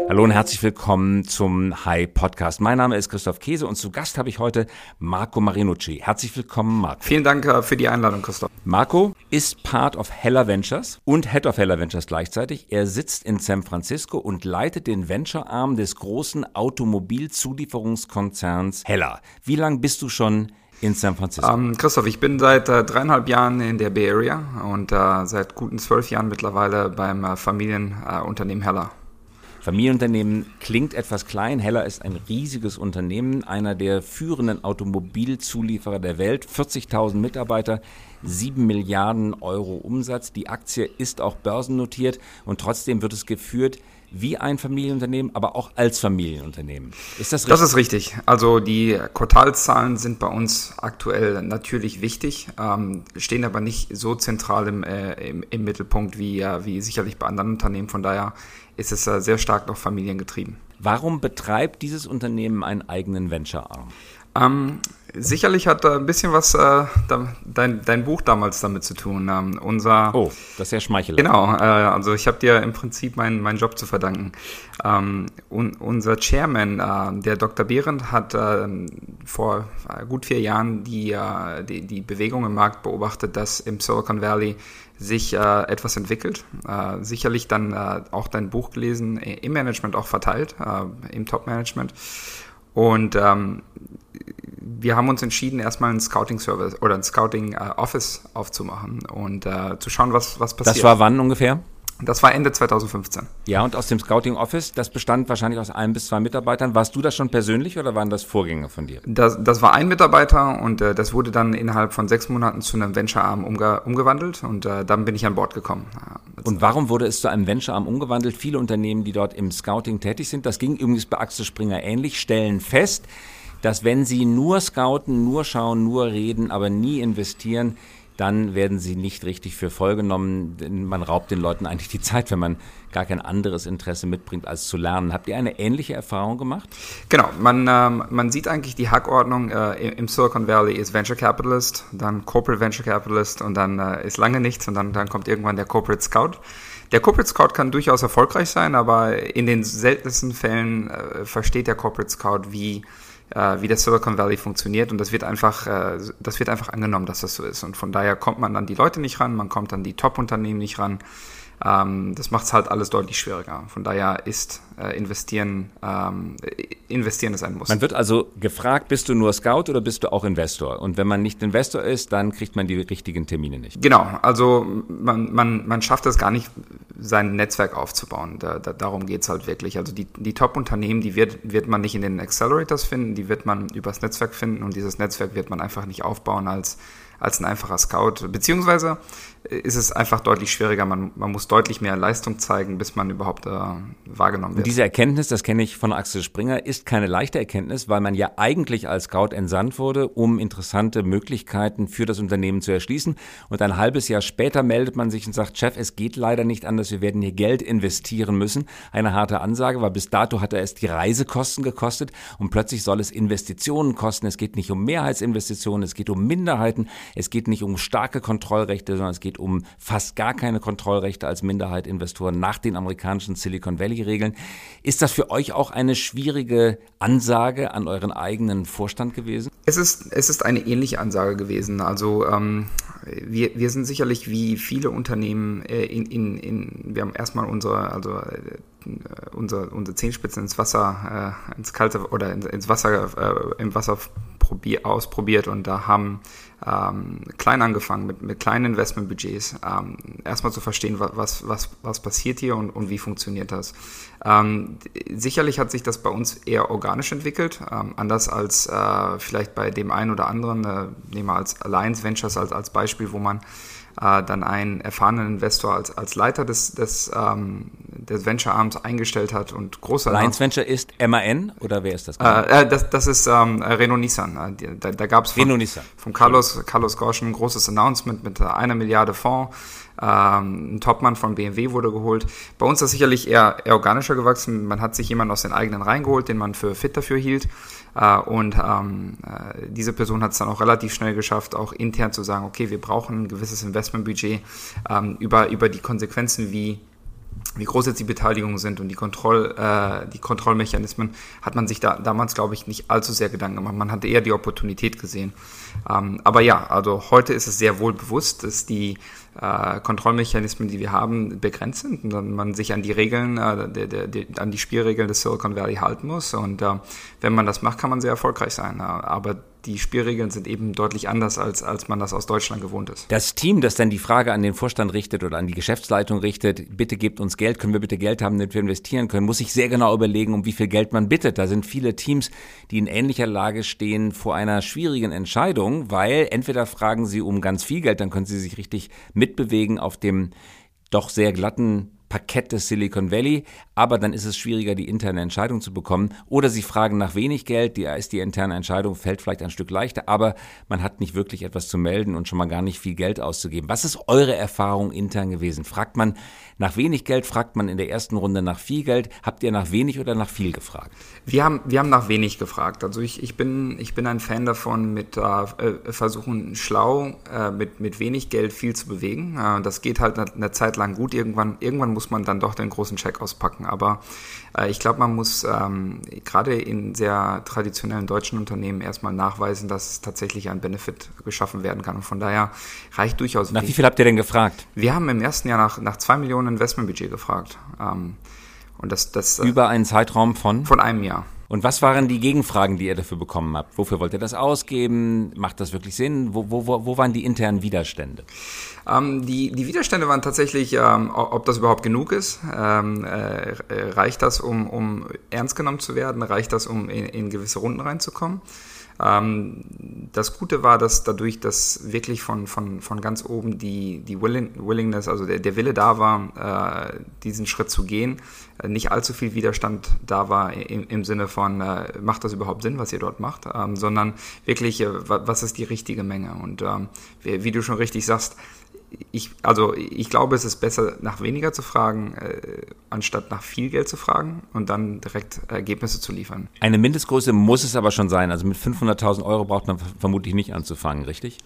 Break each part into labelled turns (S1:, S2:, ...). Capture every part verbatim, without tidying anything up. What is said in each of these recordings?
S1: Hallo und herzlich willkommen zum Hi Podcast. Mein Name ist Christoph Käse und zu Gast habe ich heute Marco Marinucci. Herzlich willkommen, Marco.
S2: Vielen Dank uh, für die Einladung, Christoph.
S1: Marco ist Part of Heller Ventures und Head of Heller Ventures gleichzeitig. Er sitzt in San Francisco und leitet den Venture-Arm des großen Automobilzulieferungskonzerns Heller. Wie lange bist du schon in San Francisco?
S2: Um, Christoph, ich bin seit uh, dreieinhalb Jahren in der Bay Area und uh, seit guten zwölf Jahren mittlerweile beim uh, Familienunternehmen uh, Heller.
S1: Familienunternehmen klingt etwas klein. Heller ist ein riesiges Unternehmen, einer der führenden Automobilzulieferer der Welt. vierzigtausend Mitarbeiter, sieben Milliarden Euro Umsatz. Die Aktie ist auch börsennotiert und trotzdem wird es geführt wie ein Familienunternehmen, aber auch als Familienunternehmen. Ist das richtig?
S2: Das ist richtig. Also die Quartalszahlen sind bei uns aktuell natürlich wichtig, ähm, stehen aber nicht so zentral im, äh, im, im Mittelpunkt wie, äh, wie sicherlich bei anderen Unternehmen. Von daher ist es äh, sehr stark noch familiengetrieben.
S1: Warum betreibt dieses Unternehmen einen eigenen Venture-Arm?
S2: Ähm, sicherlich hat äh, ein bisschen was äh, da, dein, dein Buch damals damit zu tun. Ähm, unser,
S1: oh, das ist ja schmeichelhaft.
S2: Genau, äh, also ich habe dir im Prinzip meinen meinen Job zu verdanken. Ähm, un, unser Chairman, äh, der Doktor Behrendt, hat äh, vor äh, gut vier Jahren die, äh, die, die Bewegung im Markt beobachtet, dass im Silicon Valley sich äh, etwas entwickelt. Äh, sicherlich dann äh, auch dein Buch gelesen, im Management auch verteilt, äh, im Top-Management. Und ähm, wir haben uns entschieden, erstmal einen Scouting-Service oder ein Scouting-Office äh, aufzumachen und äh, zu schauen, was, was passiert.
S1: Das war wann ungefähr?
S2: Das war Ende zwanzig fünfzehn.
S1: Ja, und aus dem Scouting Office, das bestand wahrscheinlich aus ein bis zwei Mitarbeitern. Warst du das schon persönlich oder waren das Vorgänger von dir?
S2: Das, das war ein Mitarbeiter und äh, das wurde dann innerhalb von sechs Monaten zu einem Venture-Arm umge- umgewandelt und äh, dann bin ich an Bord gekommen. Ja,
S1: und warum wurde es zu einem Venture-Arm umgewandelt? Viele Unternehmen, die dort im Scouting tätig sind, das ging übrigens bei Axel Springer ähnlich, stellen fest, dass wenn sie nur scouten, nur schauen, nur reden, aber nie investieren, dann werden sie nicht richtig für voll genommen. Man raubt den Leuten eigentlich die Zeit, wenn man gar kein anderes Interesse mitbringt, als zu lernen. Habt ihr eine ähnliche Erfahrung gemacht?
S2: Genau, man, ähm, man sieht eigentlich die Hackordnung. Äh, im Silicon Valley ist Venture Capitalist, dann Corporate Venture Capitalist und dann äh, ist lange nichts und dann, dann kommt irgendwann der Corporate Scout. Der Corporate Scout kann durchaus erfolgreich sein, aber in den seltensten Fällen äh, versteht der Corporate Scout, wie wie der Silicon Valley funktioniert und das wird einfach, das wird einfach angenommen, dass das so ist und von daher kommt man an die Leute nicht ran, man kommt an die Top-Unternehmen nicht ran. Das macht es halt alles deutlich schwieriger. Von daher ist äh, investieren, ähm, investieren ist ein Muss.
S1: Man wird also gefragt, bist du nur Scout oder bist du auch Investor? Und wenn man nicht Investor ist, dann kriegt man die richtigen Termine nicht.
S2: Genau, also man, man, man schafft es gar nicht, sein Netzwerk aufzubauen. Da, da, darum geht's halt wirklich. Also die, die Top-Unternehmen, die wird, wird man nicht in den Accelerators finden, die wird man übers Netzwerk finden und dieses Netzwerk wird man einfach nicht aufbauen als als ein einfacher Scout, beziehungsweise ist es einfach deutlich schwieriger, man, man muss deutlich mehr Leistung zeigen, bis man überhaupt äh, wahrgenommen wird.
S1: Und diese Erkenntnis, das kenne ich von Axel Springer, ist keine leichte Erkenntnis, weil man ja eigentlich als Scout entsandt wurde, um interessante Möglichkeiten für das Unternehmen zu erschließen und ein halbes Jahr später meldet man sich und sagt, Chef, es geht leider nicht anders, wir werden hier Geld investieren müssen. Eine harte Ansage, weil bis dato hat er es die Reisekosten gekostet und plötzlich soll es Investitionen kosten. Es geht nicht um Mehrheitsinvestitionen, es geht um Minderheiten. Es geht nicht um starke Kontrollrechte, sondern es geht um fast gar keine Kontrollrechte als Minderheit-Investoren nach den amerikanischen Silicon Valley-Regeln. Ist das für euch auch eine schwierige Ansage an euren eigenen Vorstand gewesen?
S2: Es ist, es ist eine ähnliche Ansage gewesen. Also ähm, wir, wir sind sicherlich wie viele Unternehmen äh, in, in, in, wir haben erstmal unsere, also äh, unsere, unsere Zehenspitzen ins Wasser, äh, ins kalte oder ins, ins Wasser, äh, im Wasser probier, ausprobiert und da haben ähm, klein angefangen mit, mit kleinen Investmentbudgets, ähm, erstmal zu verstehen, was, was, was passiert hier und, und wie funktioniert das. Ähm, sicherlich hat sich das bei uns eher organisch entwickelt, ähm, anders als äh, vielleicht bei dem einen oder anderen, äh, nehmen wir als Alliance Ventures als, als Beispiel, wo man äh, dann einen erfahrenen Investor als, als Leiter des, des, ähm, des Venture-Arms eingestellt hat und großer...
S1: Alliance Venture ist M A N oder wer ist das?
S2: Äh, das, das ist ähm, Renault Nissan. Da, da gab es von, von Carlos, Carlos Ghosn ein großes Announcement mit einer Milliarde Fonds. Ähm, ein Topmann von B M W wurde geholt. Bei uns ist das sicherlich eher, eher organischer gewachsen. Man hat sich jemanden aus den eigenen Reihen geholt, den man für fit dafür hielt. Äh, und ähm, äh, diese Person hat es dann auch relativ schnell geschafft, auch intern zu sagen, okay, wir brauchen ein gewisses Investmentbudget ähm, über, über die Konsequenzen wie wie groß jetzt die Beteiligungen sind und die, Kontroll, äh, die Kontrollmechanismen, hat man sich da damals, glaube ich, nicht allzu sehr Gedanken gemacht. Man hatte eher die Opportunität gesehen. Ähm, aber ja, also heute ist es sehr wohl bewusst, dass die äh, Kontrollmechanismen, die wir haben, begrenzt sind und dann man sich an die Regeln, äh, der, der, der, an die Spielregeln des Silicon Valley halten muss. Und äh, wenn man das macht, kann man sehr erfolgreich sein. Aber die Spielregeln sind eben deutlich anders, als, als man das aus Deutschland gewohnt ist.
S1: Das Team, das dann die Frage an den Vorstand richtet oder an die Geschäftsleitung richtet, bitte gebt uns Geld, können wir bitte Geld haben, damit wir investieren können, muss sich sehr genau überlegen, um wie viel Geld man bittet. Da sind viele Teams, die in ähnlicher Lage stehen, vor einer schwierigen Entscheidung, weil entweder fragen sie um ganz viel Geld, dann können sie sich richtig mitbewegen auf dem doch sehr glatten Parkett des Silicon Valley, aber dann ist es schwieriger, die interne Entscheidung zu bekommen. Oder sie fragen nach wenig Geld, die ist die interne Entscheidung, fällt vielleicht ein Stück leichter, aber man hat nicht wirklich etwas zu melden und schon mal gar nicht viel Geld auszugeben. Was ist eure Erfahrung intern gewesen? Fragt man nach wenig Geld, fragt man in der ersten Runde nach viel Geld? Habt ihr nach wenig oder nach viel gefragt?
S2: Wir haben, wir haben nach wenig gefragt. Also ich, ich, bin, ich bin ein Fan davon, mit äh, versuchen schlau, äh, mit, mit wenig Geld viel zu bewegen. Äh, das geht halt eine, eine Zeit lang gut. Irgendwann, irgendwann muss man dann doch den großen Scheck auspacken. Aber äh, ich glaube, man muss ähm, gerade in sehr traditionellen deutschen Unternehmen erstmal nachweisen, dass tatsächlich ein Benefit geschaffen werden kann. Und von daher reicht durchaus.
S1: Nach wie viel habt ihr denn gefragt?
S2: Wir haben im ersten Jahr nach, nach zwei Millionen Investmentbudget gefragt. Ähm, und das, das,
S1: Über einen Zeitraum von?
S2: Von einem Jahr.
S1: Und was waren die Gegenfragen, die ihr dafür bekommen habt? Wofür wollt ihr das ausgeben? Macht das wirklich Sinn? Wo, wo, wo waren die internen Widerstände?
S2: Ähm, die, die Widerstände waren tatsächlich, ähm, ob das überhaupt genug ist. Ähm, äh, reicht das, um, um ernst genommen zu werden? Reicht das, um in, in gewisse Runden reinzukommen? Ähm, das Gute war, dass dadurch, dass wirklich von, von, von ganz oben die, die Willing, Willingness, also der, der Wille da war, äh, diesen Schritt zu gehen, äh, nicht allzu viel Widerstand da war im, im Sinne von, äh, macht das überhaupt Sinn, was ihr dort macht, ähm, sondern wirklich, äh, was ist die richtige Menge? Und ähm, wie, wie du schon richtig sagst, Ich, also ich glaube, es ist besser, nach weniger zu fragen, äh, anstatt nach viel Geld zu fragen und dann direkt Ergebnisse zu liefern.
S1: Eine Mindestgröße muss es aber schon sein. Also mit fünfhunderttausend Euro braucht man vermutlich nicht anzufangen, richtig?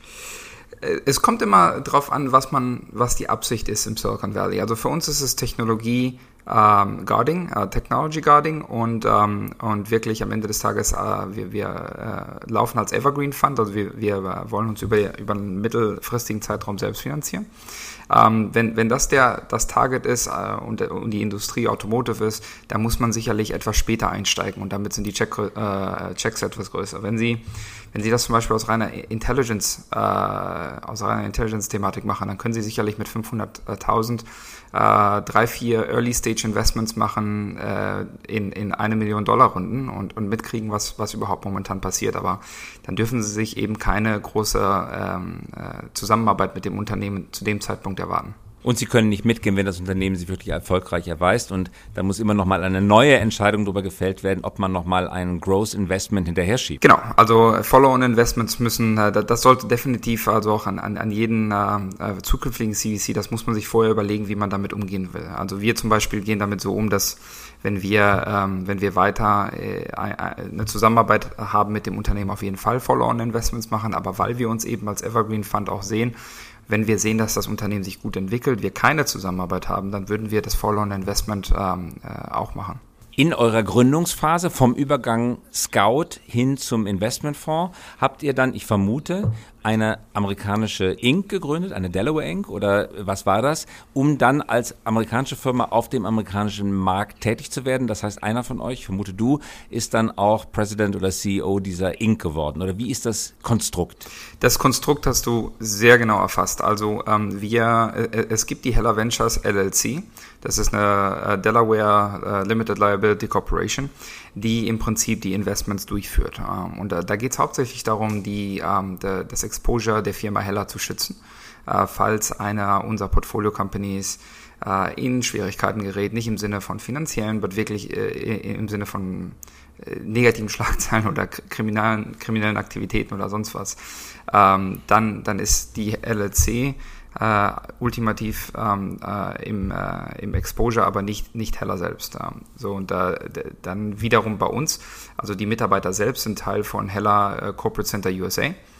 S2: Es kommt immer drauf an, was man, was die Absicht ist im Silicon Valley. Also für uns ist es Technologie ähm, Guarding, äh, Technology Guarding und ähm, und wirklich am Ende des Tages äh, wir wir äh, laufen als Evergreen Fund, also wir wir wollen uns über über einen mittelfristigen Zeitraum selbst finanzieren. Ähm, wenn wenn das der das Target ist äh, und, und die Industrie Automotive ist, dann muss man sicherlich etwas später einsteigen und damit sind die Check, äh, Checks etwas größer. Wenn Sie wenn Sie das zum Beispiel aus reiner Intelligence äh, aus reiner Intelligence-Thematik machen, dann können Sie sicherlich mit fünfhunderttausend äh, drei, vier Early-Stage-Investments machen äh, in, in eine Million Dollar Runden und, und mitkriegen, was, was überhaupt momentan passiert. Aber dann dürfen Sie sich eben keine große ähm, äh, Zusammenarbeit mit dem Unternehmen zu dem Zeitpunkt erwarten.
S1: Und Sie können nicht mitgehen, wenn das Unternehmen sich wirklich erfolgreich erweist. Und da muss immer noch mal eine neue Entscheidung darüber gefällt werden, ob man noch mal ein Growth Investment hinterher schiebt.
S2: Genau, also Follow-on-Investments müssen, das sollte definitiv also auch an, an, an jeden äh, zukünftigen C V C, das muss man sich vorher überlegen, wie man damit umgehen will. Also wir zum Beispiel gehen damit so um, dass wenn wir, ähm, wenn wir weiter äh, eine Zusammenarbeit haben mit dem Unternehmen, auf jeden Fall Follow-on-Investments machen, aber weil wir uns eben als Evergreen Fund auch sehen, wenn wir sehen, dass das Unternehmen sich gut entwickelt, wir keine Zusammenarbeit haben, dann würden wir das Follow-on-Investment ähm, äh, auch machen.
S1: In eurer Gründungsphase vom Übergang Scout hin zum Investmentfonds habt ihr dann, ich vermute, eine amerikanische Inc gegründet, eine Delaware Inc oder was war das, um dann als amerikanische Firma auf dem amerikanischen Markt tätig zu werden. Das heißt, einer von euch, ich vermute du, ist dann auch President oder C E O dieser Inc geworden. Oder wie ist das Konstrukt?
S2: Das Konstrukt hast du sehr genau erfasst. Also ähm, wir, äh, es gibt die Heller Ventures L L C. Das ist eine äh, Delaware äh, Limited Liability Corporation, die im Prinzip die Investments durchführt. Ähm, und äh, da geht es hauptsächlich darum, die, ähm, de, das Exposure der Firma Heller zu schützen, äh, falls einer unserer Portfolio-Companies äh, in Schwierigkeiten gerät, nicht im Sinne von finanziellen, aber wirklich äh, im Sinne von äh, negativen Schlagzeilen oder kriminellen, kriminellen Aktivitäten oder sonst was. Ähm, dann, dann ist die L L C Uh, ultimativ um, uh, im, uh, im Exposure, aber nicht, nicht Heller selbst. Um, so und uh, d- dann wiederum bei uns, also die Mitarbeiter selbst sind Teil von Heller uh, Corporate Center U S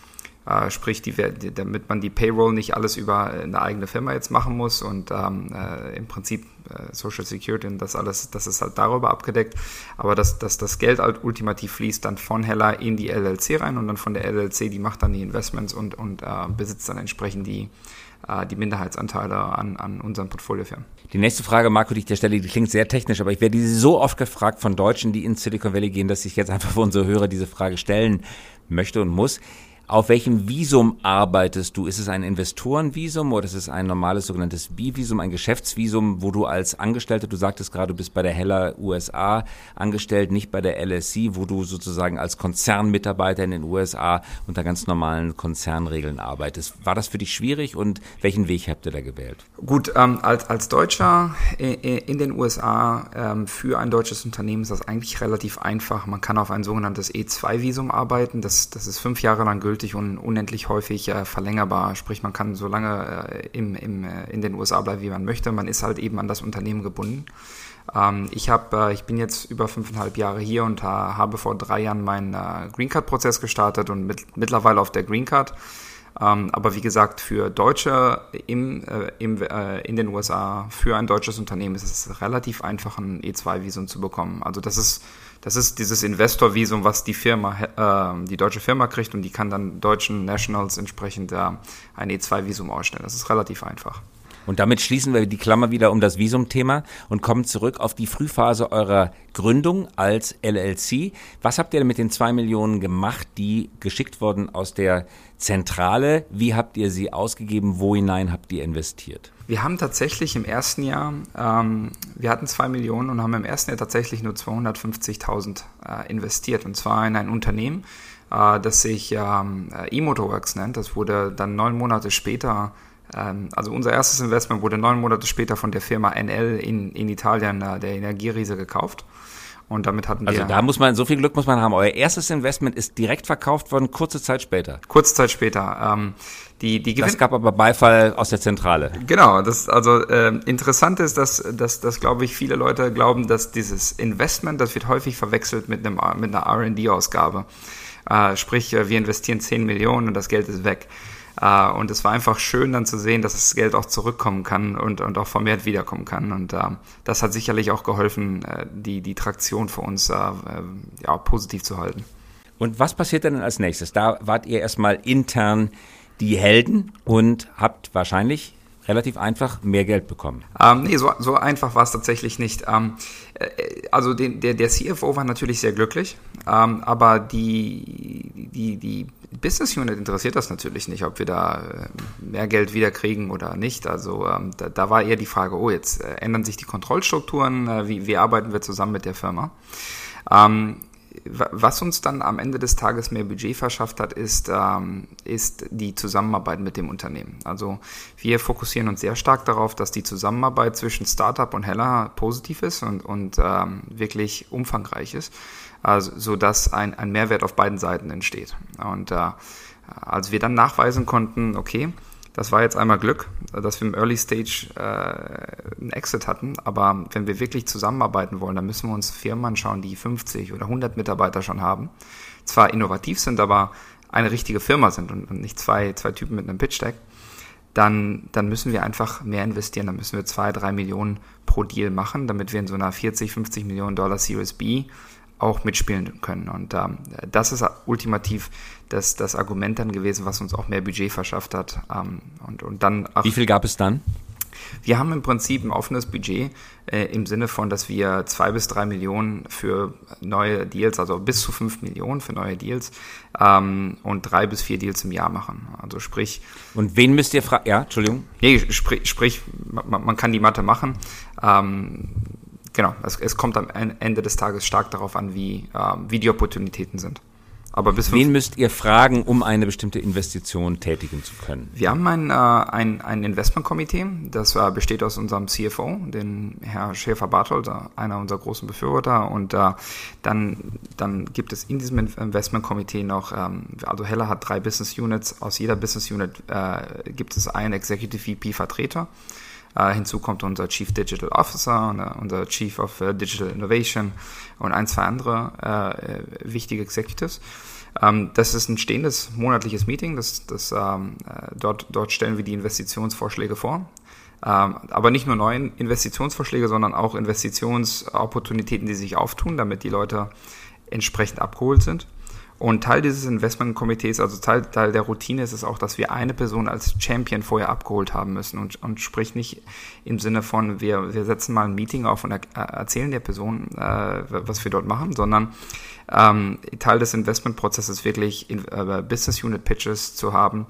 S2: A, uh, sprich, die, die, damit man die Payroll nicht alles über eine eigene Firma jetzt machen muss und um, uh, im Prinzip Social Security und das alles, das ist halt darüber abgedeckt. Aber dass, dass das Geld halt ultimativ fließt dann von Hella in die L L C rein und dann von der L L C, die macht dann die Investments und, und äh, besitzt dann entsprechend die, äh, die Minderheitsanteile an, an unseren Portfoliofirmen.
S1: Die nächste Frage, Marco, die ich dir stelle, die klingt sehr technisch, aber ich werde diese so oft gefragt von Deutschen, die ins Silicon Valley gehen, dass ich jetzt einfach für unsere Hörer diese Frage stellen möchte und muss. Auf welchem Visum arbeitest du? Ist es ein Investorenvisum oder ist es ein normales sogenanntes B-Visum, ein Geschäftsvisum, wo du als Angestellter, du sagtest gerade, du bist bei der Hella U S A angestellt, nicht bei der L S C, wo du sozusagen als Konzernmitarbeiter in den U S A unter ganz normalen Konzernregeln arbeitest. War das für dich schwierig und welchen Weg habt ihr da gewählt?
S2: Gut, ähm, als, als Deutscher in den U S A ähm, für ein deutsches Unternehmen ist das eigentlich relativ einfach. Man kann auf ein sogenanntes E zwei Visum arbeiten. Das, das ist fünf Jahre lang gültig und unendlich häufig äh, verlängerbar. Sprich, man kann so lange äh, im, im, äh, in den U S A bleiben, wie man möchte. Man ist halt eben an das Unternehmen gebunden. Ähm, ich, hab, äh, ich bin jetzt über fünfeinhalb Jahre hier und äh, habe vor drei Jahren meinen äh, Green Card-Prozess gestartet und mit, mittlerweile auf der Green Card. Ähm, aber wie gesagt, für Deutsche im, äh, im, äh, in den U S A, für ein deutsches Unternehmen ist es relativ einfach, ein E zwei Visum zu bekommen. Also das ist Das ist dieses Investor-Visum, was die Firma, äh, die deutsche Firma kriegt und die kann dann deutschen Nationals entsprechend äh, ein E zwei Visum ausstellen. Das ist relativ einfach.
S1: Und damit schließen wir die Klammer wieder um das Visumthema und kommen zurück auf die Frühphase eurer Gründung als L L C. Was habt ihr mit den zwei Millionen gemacht, die geschickt wurden aus der Zentrale? Wie habt ihr sie ausgegeben? Wo hinein habt ihr investiert?
S2: Wir haben tatsächlich im ersten Jahr, ähm, wir hatten zwei Millionen und haben im ersten Jahr tatsächlich nur zweihundertfünfzigtausend äh, investiert. Und zwar in ein Unternehmen, äh, das sich ähm, eMotorworks nennt. Das wurde dann neun Monate später, ähm, also unser erstes Investment wurde neun Monate später von der Firma N L in, in Italien, äh, der Energieriese, gekauft. Und damit hatten wir...
S1: Also da muss man, so viel Glück muss man haben. Euer erstes Investment ist direkt verkauft worden, kurze Zeit später.
S2: Kurze Zeit später. Ähm, die, die Gewinn-
S1: das gab aber Beifall aus der Zentrale.
S2: Genau, das also äh, interessant ist, dass, dass, dass glaube ich, viele Leute glauben, dass dieses Investment, das wird häufig verwechselt mit, einem, mit einer R und D-Ausgabe. Äh, sprich, wir investieren zehn Millionen und das Geld ist weg. Uh, und es war einfach schön dann zu sehen, dass das Geld auch zurückkommen kann und, und auch vermehrt wiederkommen kann. Und uh, das hat sicherlich auch geholfen, uh, die, die Traktion für uns uh, uh, ja, positiv zu halten.
S1: Und was passiert denn als nächstes? Da wart ihr erstmal intern die Helden und habt wahrscheinlich relativ einfach mehr Geld bekommen.
S2: Ähm, nee, so, so einfach war es tatsächlich nicht. Ähm, äh, also den, der, der C F O war natürlich sehr glücklich, ähm, aber die, die, die Business Unit interessiert das natürlich nicht, ob wir da mehr Geld wiederkriegen oder nicht. Also ähm, da, da war eher die Frage, oh, jetzt äh, ändern sich die Kontrollstrukturen, äh, wie, wie arbeiten wir zusammen mit der Firma? Ähm, Was uns dann am Ende des Tages mehr Budget verschafft hat, ist, ähm, ist die Zusammenarbeit mit dem Unternehmen. Also wir fokussieren uns sehr stark darauf, dass die Zusammenarbeit zwischen Startup und Hella positiv ist und, und ähm, wirklich umfangreich ist, also, sodass ein, ein Mehrwert auf beiden Seiten entsteht. Und äh, als wir dann nachweisen konnten, okay, das war jetzt einmal Glück, dass wir im Early Stage äh, einen Exit hatten, aber wenn wir wirklich zusammenarbeiten wollen, dann müssen wir uns Firmen anschauen, die fünfzig oder hundert Mitarbeiter schon haben, zwar innovativ sind, aber eine richtige Firma sind und, und nicht zwei, zwei Typen mit einem Pitch-Deck, dann, dann müssen wir einfach mehr investieren, dann müssen wir zwei, drei Millionen pro Deal machen, damit wir in so einer vierzig, fünfzig Millionen Dollar Series B auch mitspielen können. Und ähm, das ist ultimativ das, das Argument dann gewesen, was uns auch mehr Budget verschafft hat. Ähm, und, und dann auch,
S1: wie viel gab es dann?
S2: Wir haben im Prinzip ein offenes Budget äh, im Sinne von, dass wir zwei bis drei Millionen für neue Deals, also bis zu fünf Millionen für neue Deals ähm, und drei bis vier Deals im Jahr machen. Also sprich...
S1: Und wen müsst ihr fragen? Ja, Entschuldigung.
S2: Nee, sprich, sprich man, man kann die Mathe machen. Ähm, Genau, es, es kommt am Ende des Tages stark darauf an, wie, äh, wie die Opportunitäten sind. Aber bis
S1: Wen müsst ihr fragen, um eine bestimmte Investition tätigen zu können?
S2: Wir haben ein, äh, ein, ein Investmentkomitee, das äh, besteht aus unserem C F O, den Herr Schäfer-Barthold, einer unserer großen Befürworter. Und äh, dann, dann gibt es in diesem Investmentkomitee noch, ähm, also Hella hat drei Business Units, aus jeder Business Unit äh, gibt es einen Executive V P-Vertreter. Uh, hinzu kommt unser Chief Digital Officer, und, uh, unser Chief of uh, Digital Innovation und ein, zwei andere uh, wichtige Executives. Um, das ist ein stehendes monatliches Meeting. Das, das, um, uh, dort, dort stellen wir die Investitionsvorschläge vor. Ähm, aber nicht nur neue Investitionsvorschläge, sondern auch Investitionsopportunitäten, die sich auftun, damit die Leute entsprechend abgeholt sind. Und Teil dieses Investmentkomitees, also Teil, Teil der Routine ist es auch, dass wir eine Person als Champion vorher abgeholt haben müssen. Und, und sprich nicht im Sinne von, wir, wir setzen mal ein Meeting auf und er, erzählen der Person, äh, was wir dort machen, sondern ähm, Teil des Investmentprozesses wirklich in, äh, Business Unit Pitches zu haben,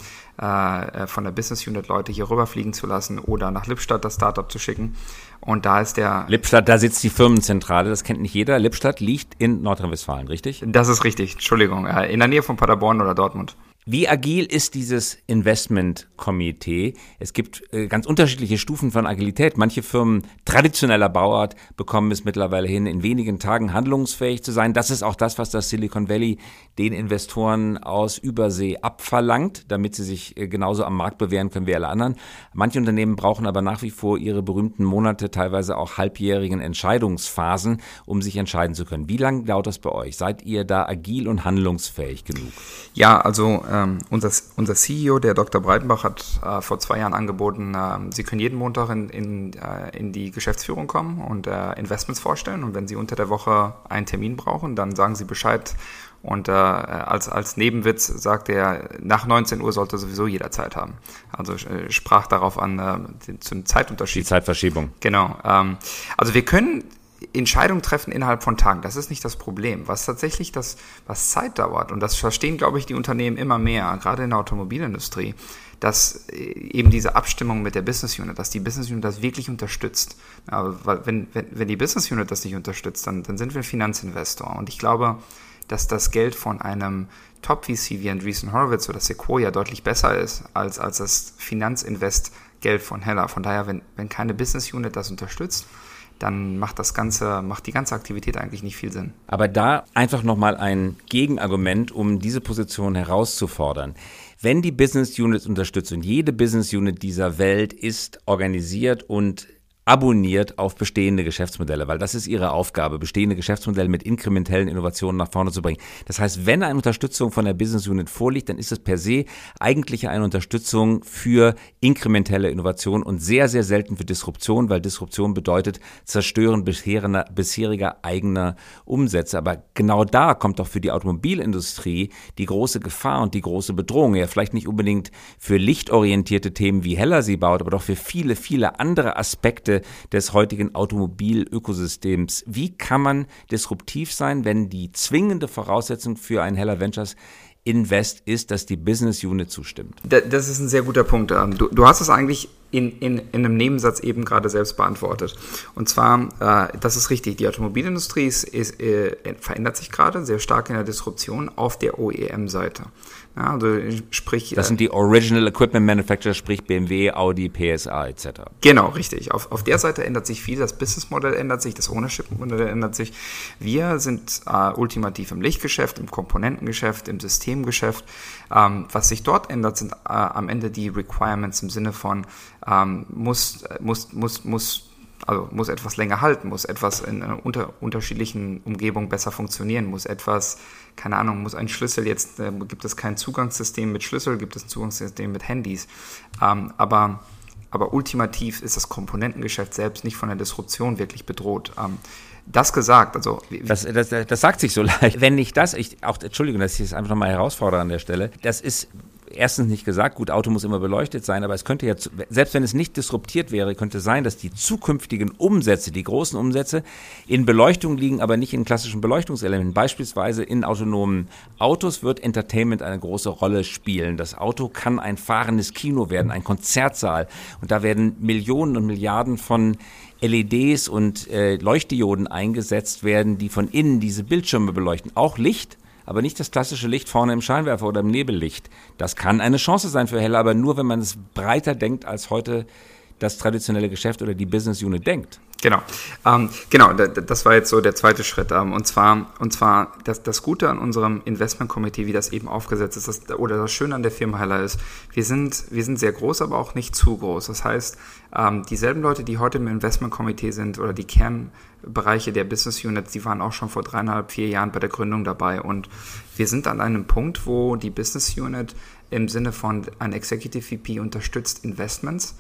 S2: äh, von der Business Unit Leute hier rüberfliegen zu lassen oder nach Lippstadt das Startup zu schicken. Und da ist der...
S1: Lippstadt, da sitzt die Firmenzentrale, das kennt nicht jeder. Lippstadt liegt in Nordrhein-Westfalen, richtig?
S2: Das ist richtig, Entschuldigung, in der Nähe von Paderborn oder Dortmund.
S1: Wie agil ist dieses Investmentkomitee? Es gibt äh, ganz unterschiedliche Stufen von Agilität. Manche Firmen traditioneller Bauart bekommen es mittlerweile hin, in wenigen Tagen handlungsfähig zu sein. Das ist auch das, was das Silicon Valley den Investoren aus Übersee abverlangt, damit sie sich äh, genauso am Markt bewähren können wie alle anderen. Manche Unternehmen brauchen aber nach wie vor ihre berühmten Monate, teilweise auch halbjährigen Entscheidungsphasen, um sich entscheiden zu können. Wie lange dauert das bei euch? Seid ihr da agil und handlungsfähig genug?
S2: Ja, also ähm, unser, unser C E O, der Doktor Breitenbach, hat äh, vor zwei Jahren angeboten, äh, Sie können jeden Montag in, in, äh, in die Geschäftsführung kommen und äh, Investments vorstellen. Und wenn Sie unter der Woche einen Termin brauchen, dann sagen Sie Bescheid. Und äh, als, als Nebenwitz sagt er, nach neunzehn Uhr sollte sowieso jeder Zeit haben. Also äh, sprach darauf an, äh, den, zum Zeitunterschied.
S1: Die Zeitverschiebung.
S2: Genau. Ähm, also wir können Entscheidungen treffen innerhalb von Tagen. Das ist nicht das Problem. Was tatsächlich das, was Zeit dauert, und das verstehen, glaube ich, die Unternehmen immer mehr, gerade in der Automobilindustrie, dass eben diese Abstimmung mit der Business Unit, dass die Business Unit das wirklich unterstützt. Aber wenn, wenn, wenn die Business Unit das nicht unterstützt, dann, dann sind wir ein Finanzinvestor. Und ich glaube, dass das Geld von einem Top-V C wie Andreessen Horowitz oder Sequoia deutlich besser ist, als, als das Finanzinvest-Geld von Heller. Von daher, wenn, wenn keine Business Unit das unterstützt, dann macht das ganze, macht die ganze Aktivität eigentlich nicht viel Sinn.
S1: Aber da einfach nochmal ein Gegenargument, um diese Position herauszufordern. Wenn die Business Unit unterstützt, und jede Business Unit dieser Welt ist organisiert und abonniert auf bestehende Geschäftsmodelle, weil das ist ihre Aufgabe, bestehende Geschäftsmodelle mit inkrementellen Innovationen nach vorne zu bringen. Das heißt, wenn eine Unterstützung von der Business Unit vorliegt, dann ist es per se eigentlich eine Unterstützung für inkrementelle Innovation und sehr, sehr selten für Disruption, weil Disruption bedeutet Zerstören bisheriger, bisheriger eigener Umsätze. Aber genau da kommt doch für die Automobilindustrie die große Gefahr und die große Bedrohung. Ja, vielleicht nicht unbedingt für lichtorientierte Themen, wie Heller sie baut, aber doch für viele, viele andere Aspekte des heutigen Automobilökosystems. Wie kann man disruptiv sein, wenn die zwingende Voraussetzung für ein Heller Ventures Invest ist, dass die Business Unit zustimmt?
S2: Das ist ein sehr guter Punkt. Du, du hast es eigentlich in, in, in einem Nebensatz eben gerade selbst beantwortet. Und zwar, äh, das ist richtig, die Automobilindustrie ist, ist, äh, verändert sich gerade sehr stark in der Disruption auf der O E M-Seite. Ja, also sprich,
S1: das sind die Original Equipment Manufacturer, sprich B M W, Audi, P S A et cetera.
S2: Genau, richtig. Auf, auf der Seite ändert sich viel, das Businessmodell ändert sich, das Ownership-Modell ändert sich. Wir sind äh, ultimativ im Lichtgeschäft, im Komponentengeschäft, im Systemgeschäft. Ähm, was sich dort ändert, sind äh, am Ende die Requirements im Sinne von ähm, muss, muss, muss, muss Also muss etwas länger halten, muss etwas in einer unter, unterschiedlichen Umgebungen besser funktionieren, muss etwas, keine Ahnung, muss ein Schlüssel jetzt, äh, gibt es kein Zugangssystem mit Schlüssel, gibt es ein Zugangssystem mit Handys. Ähm, aber, aber ultimativ ist das Komponentengeschäft selbst nicht von der Disruption wirklich bedroht. Ähm, das gesagt, also...
S1: Das, das, das sagt sich so leicht. Wenn nicht das, ich, auch, Entschuldigung, dass ich es einfach nochmal herausfordere an der Stelle, das ist... Erstens nicht gesagt, gut, Auto muss immer beleuchtet sein, aber es könnte ja, selbst wenn es nicht disruptiert wäre, könnte sein, dass die zukünftigen Umsätze, die großen Umsätze in Beleuchtung liegen, aber nicht in klassischen Beleuchtungselementen. Beispielsweise in autonomen Autos wird Entertainment eine große Rolle spielen. Das Auto kann ein fahrendes Kino werden, ein Konzertsaal, und da werden Millionen und Milliarden von L E Ds und äh, Leuchtdioden eingesetzt werden, die von innen diese Bildschirme beleuchten. Auch Licht, aber nicht das klassische Licht vorne im Scheinwerfer oder im Nebellicht. Das kann eine Chance sein für Heller, aber nur, wenn man es breiter denkt, als heute das traditionelle Geschäft oder die Business Unit denkt.
S2: Genau, ähm, genau, das war jetzt so der zweite Schritt. Ähm, und zwar, und zwar das, das Gute an unserem Investmentkomitee, wie das eben aufgesetzt ist, das, oder das Schöne an der Firma Heller ist, wir sind, wir sind sehr groß, aber auch nicht zu groß. Das heißt, ähm, dieselben Leute, die heute im Investmentkomitee sind oder die Kernbereiche der Business Units, die waren auch schon vor dreieinhalb, vier Jahren bei der Gründung dabei. Und wir sind an einem Punkt, wo die Business Unit im Sinne von ein Executive V P unterstützt Investments,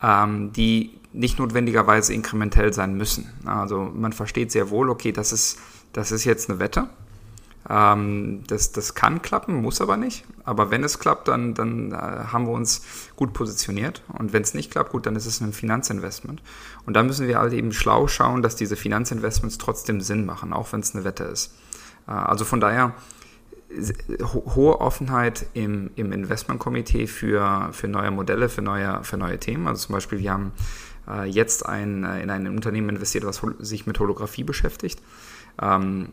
S2: ähm, die nicht notwendigerweise inkrementell sein müssen. Also man versteht sehr wohl, okay, das ist, das ist jetzt eine Wette. Ähm, das, das kann klappen, muss aber nicht. Aber wenn es klappt, dann, dann äh, haben wir uns gut positioniert. Und wenn es nicht klappt, gut, dann ist es ein Finanzinvestment. Und da müssen wir halt eben schlau schauen, dass diese Finanzinvestments trotzdem Sinn machen, auch wenn es eine Wette ist. Äh, also von daher ho- hohe Offenheit im, im Investmentkomitee für, für neue Modelle, für neue, für neue Themen. Also zum Beispiel, wir haben äh, jetzt ein, in ein Unternehmen investiert, was hol- sich mit Holographie beschäftigt. Ähm,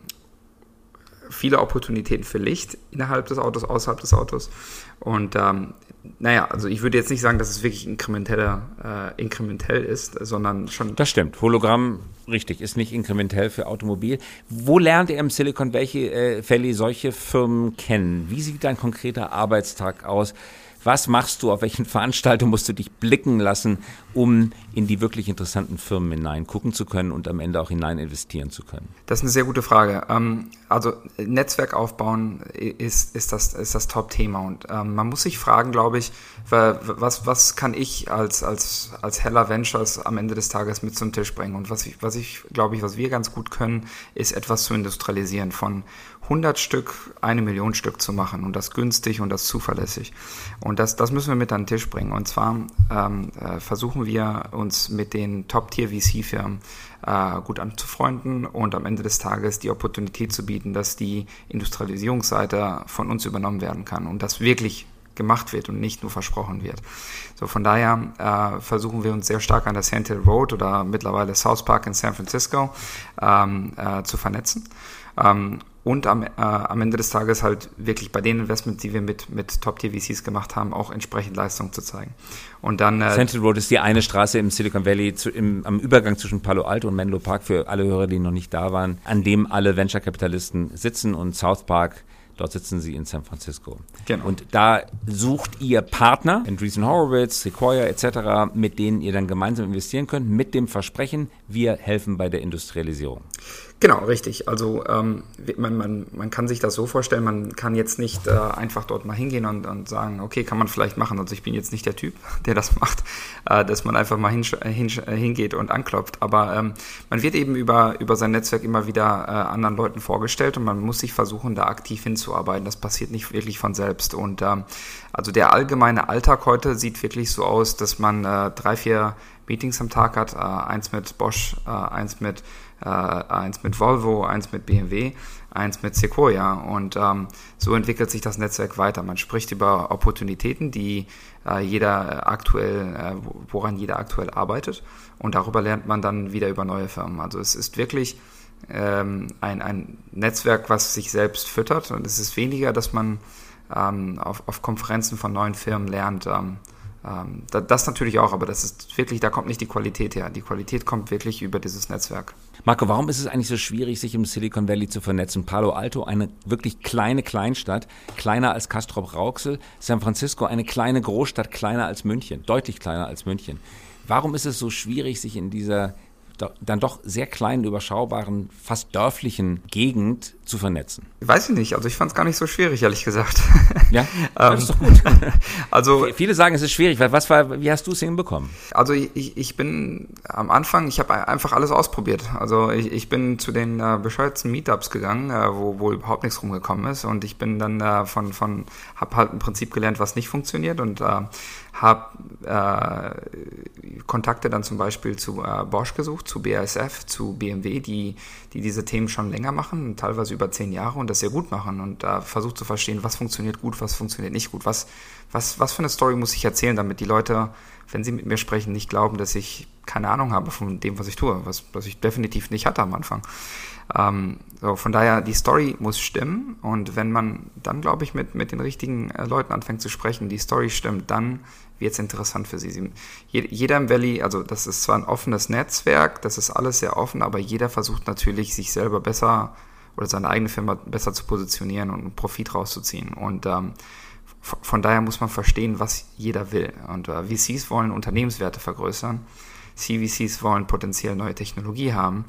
S2: viele Opportunitäten für Licht innerhalb des Autos, außerhalb des Autos. Und ähm, naja, also ich würde jetzt nicht sagen, dass es wirklich inkrementeller, äh, inkrementell ist, sondern schon...
S1: Das stimmt. Hologramm, richtig, ist nicht inkrementell für Automobil. Wo lernt ihr im Silicon Valley äh, solche Firmen kennen? Wie sieht dein konkreter Arbeitstag aus? Was machst du, auf welchen Veranstaltungen musst du dich blicken lassen, um in die wirklich interessanten Firmen hinein gucken zu können und am Ende auch hinein investieren zu können?
S2: Das ist eine sehr gute Frage. Also Netzwerk aufbauen ist, ist das, ist das Top-Thema und man muss sich fragen, glaube ich, was, was kann ich als, als, als Heller Ventures am Ende des Tages mit zum Tisch bringen? Und was ich, was ich glaube ich, was wir ganz gut können, ist etwas zu industrialisieren, von hundert Stück eine Million Stück zu machen und das günstig und das zuverlässig. Und das, das müssen wir mit an den Tisch bringen. Und zwar ähm, äh, versuchen wir uns mit den Top-Tier-V C-Firmen äh, gut anzufreunden und am Ende des Tages die Opportunität zu bieten, dass die Industrialisierungsseite von uns übernommen werden kann und das wirklich gemacht wird und nicht nur versprochen wird. So, von daher äh, versuchen wir uns sehr stark an der Sand Hill Road oder mittlerweile South Park in San Francisco ähm, äh, zu vernetzen. Ähm, und am, äh, am Ende des Tages halt wirklich bei den Investments, die wir mit, mit Top-Tier-V Cs gemacht haben, auch entsprechend Leistung zu zeigen. Und dann äh,
S1: Sand Hill Road ist die eine Straße im Silicon Valley zu, im, am Übergang zwischen Palo Alto und Menlo Park, für alle Hörer, die noch nicht da waren, an dem alle Venture-Kapitalisten sitzen, und South Park, dort sitzen sie in San Francisco.
S2: Genau.
S1: Und da sucht ihr Partner, Andreessen Horowitz, Sequoia et cetera, mit denen ihr dann gemeinsam investieren könnt, mit dem Versprechen, wir helfen bei der Industrialisierung.
S2: Genau, richtig. Also ähm, man, man, man kann sich das so vorstellen, man kann jetzt nicht äh, einfach dort mal hingehen und, und sagen, okay, kann man vielleicht machen. Also ich bin jetzt nicht der Typ, der das macht, äh, dass man einfach mal hin, hin, hingeht und anklopft. Aber ähm, man wird eben über, über sein Netzwerk immer wieder äh, anderen Leuten vorgestellt und man muss sich versuchen, da aktiv hinzuarbeiten. Das passiert nicht wirklich von selbst. Und ähm, also der allgemeine Alltag heute sieht wirklich so aus, dass man äh, drei, vier Meetings am Tag hat, äh, eins mit Bosch, äh, eins mit äh, eins mit Volvo, eins mit B M W, eins mit Sequoia, und ähm, so entwickelt sich das Netzwerk weiter. Man spricht über Opportunitäten, die äh, jeder aktuell, äh, woran jeder aktuell arbeitet, und darüber lernt man dann wieder über neue Firmen. Also es ist wirklich ähm, ein, ein Netzwerk, was sich selbst füttert, und es ist weniger, dass man ähm, auf, auf Konferenzen von neuen Firmen lernt. Ähm, ähm, das natürlich auch, aber das ist wirklich, da kommt nicht die Qualität her. Die Qualität kommt wirklich über dieses Netzwerk.
S1: Marco, warum ist es eigentlich so schwierig, sich im Silicon Valley zu vernetzen? Palo Alto, eine wirklich kleine Kleinstadt, kleiner als Castrop-Rauxel. San Francisco, eine kleine Großstadt, kleiner als München, deutlich kleiner als München. Warum ist es so schwierig, sich in dieser dann doch sehr kleinen, überschaubaren, fast dörflichen Gegend zu vernetzen?
S2: Weiß ich nicht, also ich fand es gar nicht so schwierig, ehrlich gesagt.
S1: Ja, das ist doch gut.
S2: Also
S1: viele sagen, es ist schwierig. Was war, wie hast du es hinbekommen?
S2: Also ich, ich bin am Anfang, ich habe einfach alles ausprobiert. Also ich, ich bin zu den äh, bescheuertsten Meetups gegangen, äh, wo, wo überhaupt nichts rumgekommen ist, und ich bin dann äh, von, von habe halt im Prinzip gelernt, was nicht funktioniert, und äh, habe äh, Kontakte dann zum Beispiel zu äh, Bosch gesucht, zu B A S F, zu B M W, die, die diese Themen schon länger machen, teilweise über zehn Jahre, und das sehr gut machen, und äh, versucht zu verstehen, was funktioniert gut, was funktioniert nicht gut, was, was, was für eine Story muss ich erzählen, damit die Leute, wenn sie mit mir sprechen, nicht glauben, dass ich keine Ahnung habe von dem, was ich tue, was, was ich definitiv nicht hatte am Anfang. Ähm, so, von daher, die Story muss stimmen, und wenn man dann, glaube ich, mit, mit den richtigen äh, Leuten anfängt zu sprechen, die Story stimmt, dann wird es interessant für sie. sie. Jeder im Valley, also das ist zwar ein offenes Netzwerk, das ist alles sehr offen, aber jeder versucht natürlich, sich selber besser oder seine eigene Firma besser zu positionieren und Profit rauszuziehen, und ähm, von daher muss man verstehen, was jeder will. Und äh, V Cs wollen Unternehmenswerte vergrößern, C V Cs wollen potenziell neue Technologie haben,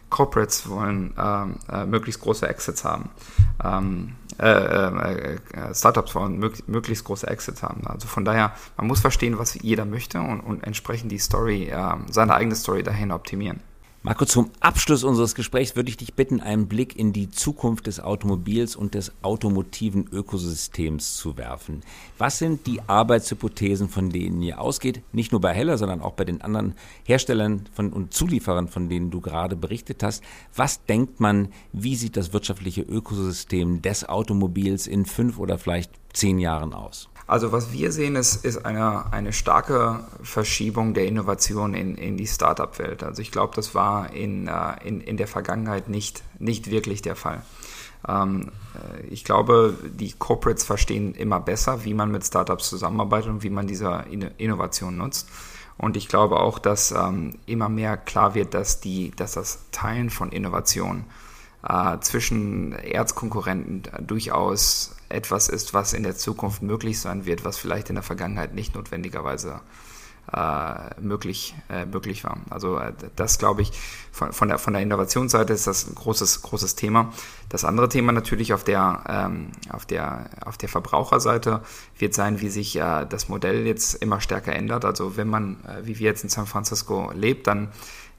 S2: Corporates wollen äh, äh, möglichst große Exits haben. Ähm, äh, äh, äh, Startups wollen mög- möglichst große Exits haben. Also von daher, man muss verstehen, was jeder möchte und, und entsprechend die Story, äh, seine eigene Story dahin optimieren.
S1: Marco, zum Abschluss unseres Gesprächs würde ich dich bitten, einen Blick in die Zukunft des Automobils und des automotiven Ökosystems zu werfen. Was sind die Arbeitshypothesen, von denen ihr ausgeht? Nicht nur bei Heller, sondern auch bei den anderen Herstellern von, und Zulieferern, von denen du gerade berichtet hast. Was denkt man, wie sieht das wirtschaftliche Ökosystem des Automobils in fünf oder vielleicht zehn Jahren aus?
S2: Also was wir sehen, ist, ist eine, eine starke Verschiebung der Innovation in, in die Startup-Welt. Also ich glaube, das war in, in, in der Vergangenheit nicht, nicht wirklich der Fall. Ähm, ich glaube, die Corporates verstehen immer besser, wie man mit Startups zusammenarbeitet und wie man diese Innovation nutzt. Und ich glaube auch, dass ähm, immer mehr klar wird, dass, die, dass das Teilen von Innovation äh, zwischen Erzkonkurrenten durchaus etwas ist, was in der Zukunft möglich sein wird, was vielleicht in der Vergangenheit nicht notwendigerweise äh, möglich, äh, möglich war. Also äh, das glaube ich, von, von, der, von der Innovationsseite ist das ein großes, großes Thema. Das andere Thema natürlich auf der, ähm, auf der, auf der Verbraucherseite wird sein, wie sich äh, das Modell jetzt immer stärker ändert. Also wenn man, äh, wie wir jetzt in San Francisco lebt, dann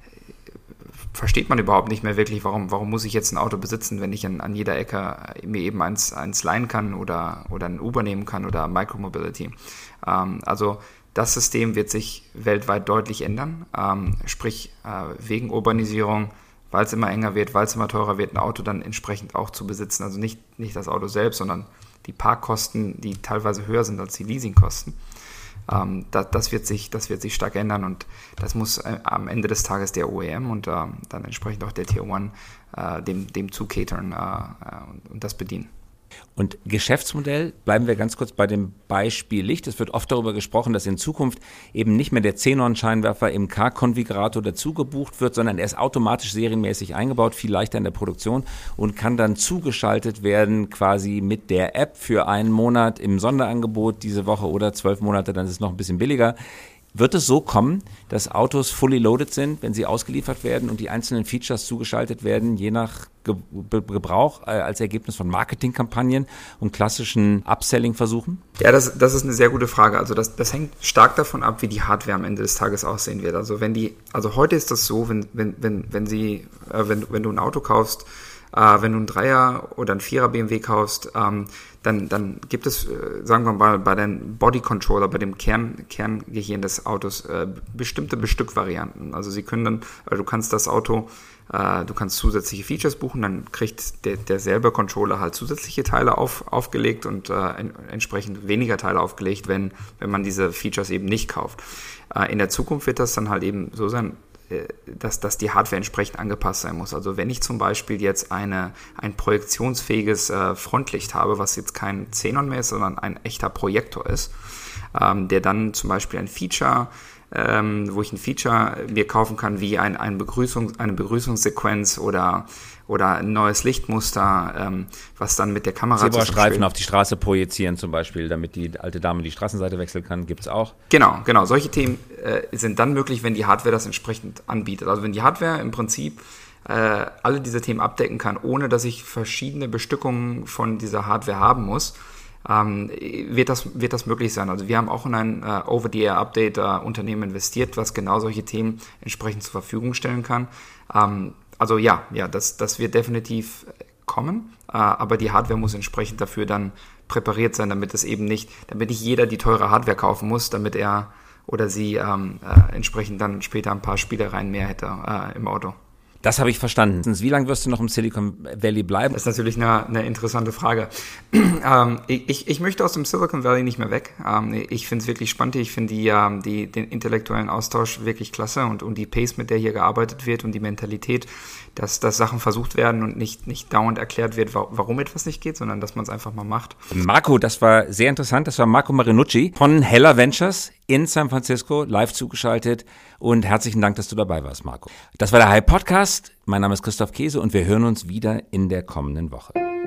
S2: versteht man überhaupt nicht mehr wirklich, warum, warum muss ich jetzt ein Auto besitzen, wenn ich an, an jeder Ecke mir eben eins, eins leihen kann oder, oder ein Uber nehmen kann oder Micromobility. Ähm, also das System wird sich weltweit deutlich ändern, ähm, sprich äh, wegen Urbanisierung, weil es immer enger wird, weil es immer teurer wird, ein Auto dann entsprechend auch zu besitzen. Also nicht, nicht das Auto selbst, sondern die Parkkosten, die teilweise höher sind als die Leasingkosten. Ähm, das, das, wird sich, das wird sich stark ändern und das muss äh, am Ende des Tages der O E M und äh, dann entsprechend auch der Tier eins äh, dem, dem zukatern äh, und, und das bedienen.
S1: Und Geschäftsmodell, bleiben wir ganz kurz bei dem Beispiel Licht. Es wird oft darüber gesprochen, dass in Zukunft eben nicht mehr der Xenon-Scheinwerfer im Car-Konfigurator dazu gebucht wird, sondern er ist automatisch serienmäßig eingebaut, viel leichter in der Produktion und kann dann zugeschaltet werden quasi mit der App für einen Monat im Sonderangebot diese Woche oder zwölf Monate, dann ist es noch ein bisschen billiger. Wird es so kommen, dass Autos fully loaded sind, wenn sie ausgeliefert werden und die einzelnen Features zugeschaltet werden, je nach Ge- Gebrauch äh, als Ergebnis von Marketingkampagnen und klassischen Upselling-Versuchen?
S2: Ja, das, das ist eine sehr gute Frage. Also das, das hängt stark davon ab, wie die Hardware am Ende des Tages aussehen wird. Also wenn die, also heute ist das so, wenn, wenn, wenn, wenn sie, äh, wenn, wenn du ein Auto kaufst, äh, wenn du ein Dreier oder ein Vierer B M W kaufst, ähm, dann, dann gibt es, äh, sagen wir mal, bei dem Body Controller, bei dem Kern, Kerngehirn des Autos, äh, bestimmte Bestückvarianten. Also sie können dann, äh, du kannst das Auto, äh, du kannst zusätzliche Features buchen, dann kriegt der, derselbe Controller halt zusätzliche Teile auf, aufgelegt und äh, en, entsprechend weniger Teile aufgelegt, wenn, wenn man diese Features eben nicht kauft. Äh, in der Zukunft wird das dann halt eben so sein, Dass, dass die Hardware entsprechend angepasst sein muss. Also wenn ich zum Beispiel jetzt eine, ein projektionsfähiges äh, Frontlicht habe, was jetzt kein Xenon mehr ist, sondern ein echter Projektor ist, ähm, der dann zum Beispiel ein Feature, ähm, wo ich ein Feature mir kaufen kann, wie ein, ein Begrüßung, eine Begrüßungssequenz oder oder ein neues Lichtmuster, ähm, was dann mit der Kamera
S1: Zebrastreifen auf die Straße projizieren zum Beispiel, damit die alte Dame die Straßenseite wechseln kann, gibt es auch.
S2: Genau, genau. Solche Themen äh, sind dann möglich, wenn die Hardware das entsprechend anbietet. Also wenn die Hardware im Prinzip äh, alle diese Themen abdecken kann, ohne dass ich verschiedene Bestückungen von dieser Hardware haben muss, ähm, wird das, wird das möglich sein. Also wir haben auch in ein äh, Over-the-Air-Update-Unternehmen äh, investiert, was genau solche Themen entsprechend zur Verfügung stellen kann. Ähm, Also ja, ja, das, das wird definitiv kommen, äh, aber die Hardware muss entsprechend dafür dann präpariert sein, damit es eben nicht, damit nicht jeder die teure Hardware kaufen muss, damit er oder sie ähm, äh, entsprechend dann später ein paar Spielereien mehr hätte äh, im Auto.
S1: Das habe ich verstanden. Wie lange wirst du noch im Silicon Valley bleiben?
S2: Das ist natürlich eine, eine interessante Frage. ähm, ich, ich möchte aus dem Silicon Valley nicht mehr weg. Ähm, ich finde es wirklich spannend. Ich finde die, ähm, die, den intellektuellen Austausch wirklich klasse und, und die Pace, mit der hier gearbeitet wird und die Mentalität, dass, dass Sachen versucht werden und nicht, nicht dauernd erklärt wird, warum etwas nicht geht, sondern dass man es einfach mal macht.
S1: Marco, das war sehr interessant. Das war Marco Marinucci von Heller Ventures in San Francisco, live zugeschaltet. Und herzlichen Dank, dass du dabei warst, Marco. Das war der Hype Podcast. Mein Name ist Christoph Käse und wir hören uns wieder in der kommenden Woche.